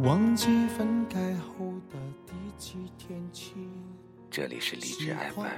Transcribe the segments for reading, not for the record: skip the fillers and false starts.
忘记分开后的第几天起。 这里是荔枝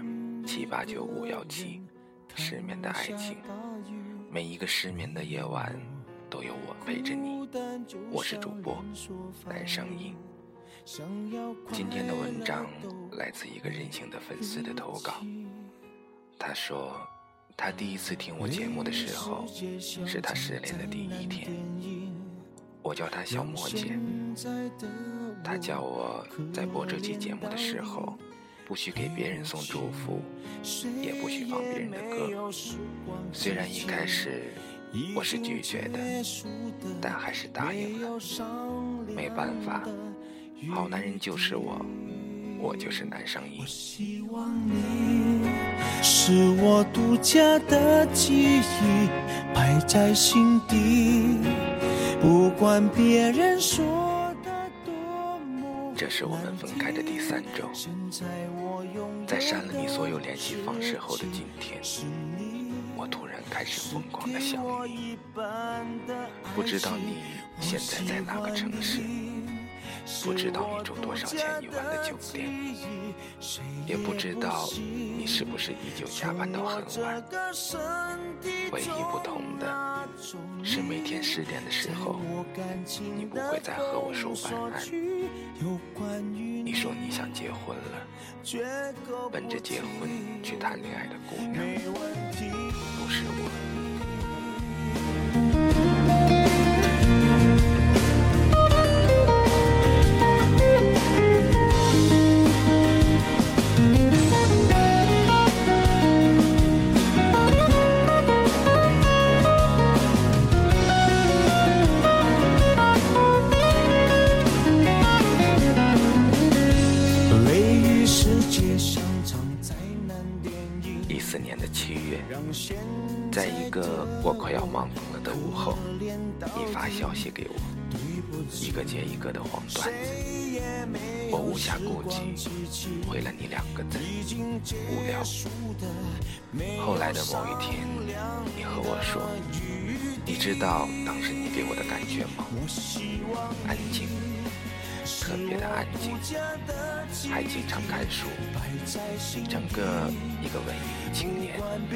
FM789-517，失眠的爱情，每一个失眠的夜晚都有我陪着你。我是主播南声音。今天的文章来自一个任性的粉丝的投稿。他说他第一次听我节目的时候是他失恋的第一天。我叫他小莫姐，他叫我在播这期节目的时候不许给别人送祝福，也不许放别人的歌。虽然一开始我是拒绝的，但还是答应了。没办法，好男人就是我就是男声音。 希望你是我独家的记忆，摆在心底，不管别人说的多么。 这是我们分开的第3周，在删了你所有联系方式后的今天，我突然开始疯狂的想你。不知道你现在在哪个城市，不知道你住多少钱一晚的酒店，也不知道你是不是依旧加班到很晚。唯一不同的是，每天10点的时候，你不会再和我说晚安。你说你想结婚了，奔着结婚去谈恋爱的姑娘不是我。14年的7月，在一个我快要忙疯了的午后，你发消息给我，一个接一个的黄段子，我无暇顾及回了你2个字：无聊。后来的某一天，你和我说，你知道当时你给我的感觉吗？安静，特别的安静，还经常看书，整个一个文艺青年。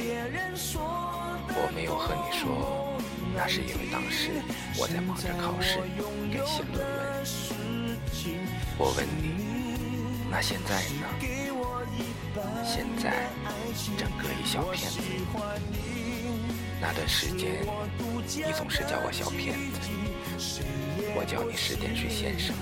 我没有和你说，那是因为当时我在忙着考试跟写论文。我问你，那现在呢？现在整个一小骗子。那段时间你总是叫我小骗子，我叫你10点睡先生。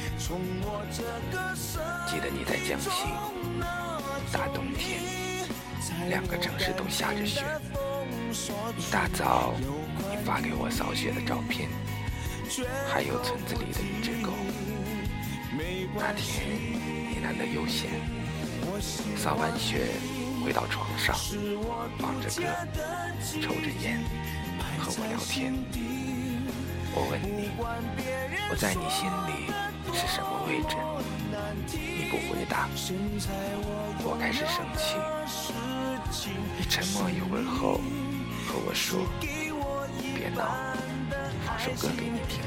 记得你在江西，大冬天，2个城市都下着雪。一大早你发给我扫雪的照片，还有村子里的一只狗。那天你难得悠闲，扫完雪回到床上，放着歌，抽着烟，和我聊天。我问你，我在你心里是什么位置？你不回答，我开始生气。你沉默一会儿后和我说，别闹，放首歌给你听。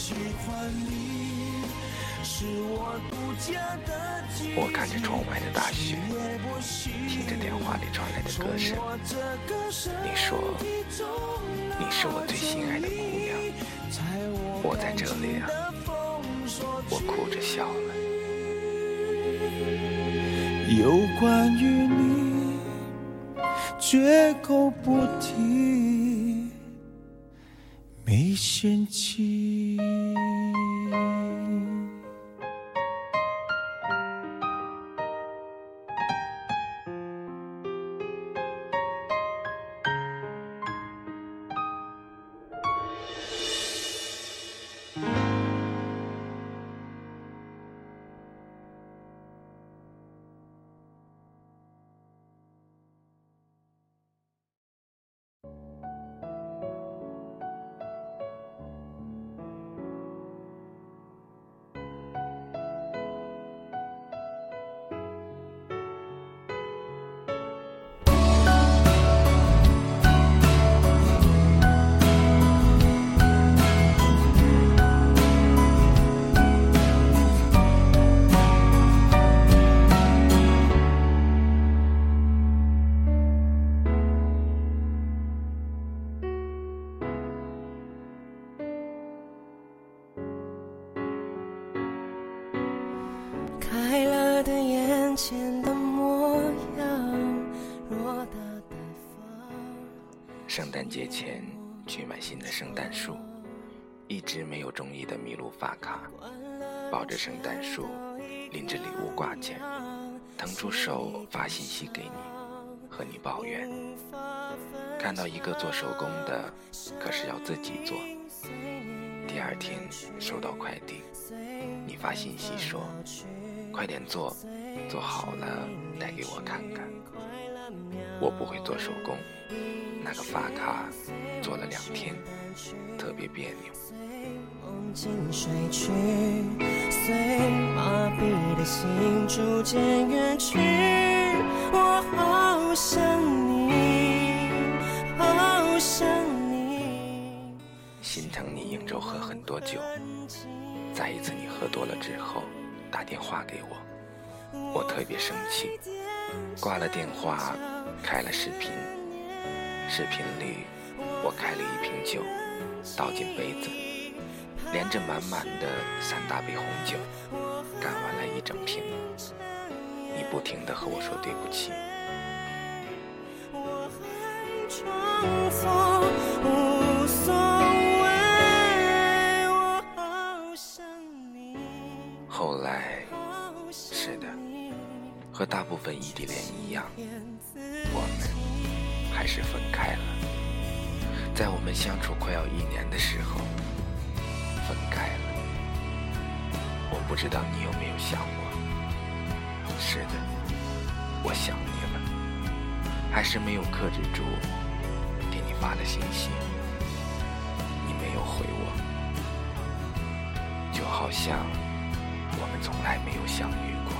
我看着窗外的大雪，听着电话里传来的歌声。你说你是我最心爱的姑娘，我在这里啊。我哭着笑了。 有关于你绝口不提，没嫌弃。 前的模样。 圣诞节前去买新的圣诞树，一直没有中意的麋鹿发卡，抱着圣诞树，拎着礼物挂件，腾出手发信息给你，和你抱怨。看到一个做手工的，可是要自己做。第二天收到快递，你发信息说快点做，做好了带给我看看。我不会做手工，那个发卡做了2天，特别别扭。 进水去，随麻痹的心逐渐远去，我好想你，好想你。 心疼你应酬喝很多酒，再一次你喝多了之后打电话给我，我特别生气，挂了电话开了视频，视频里我开了1瓶酒倒进杯子，连着满满的3大杯红酒，干完了1整瓶。你不停地和我说对不起。 无所谓，我好想你。 后来，是的，和大部分异地恋一样，我们还是分开了。在我们相处快要1年的时候，分开了。我不知道你有没有想我。是的，我想你了，还是没有克制住给你发的信息，你没有回我，就好像我们从来没有相遇过。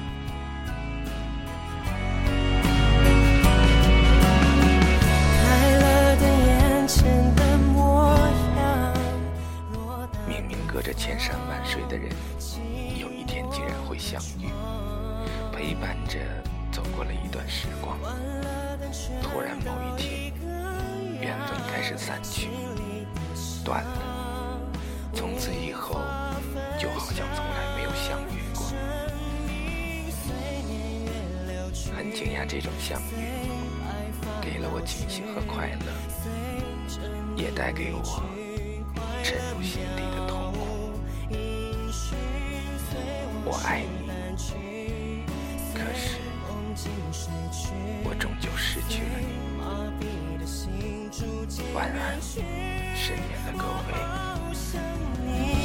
明明隔着千山万水的人，有一天竟然会相遇，陪伴着走过了一段时光。突然某一天，缘分开始散去，断了，从此以后就好像从来没有相遇过。很惊讶这种相遇，给了我惊喜和快乐，也带给我沉入心底的痛苦。我爱你，可是我终究失去了你。晚安，失眠的各位。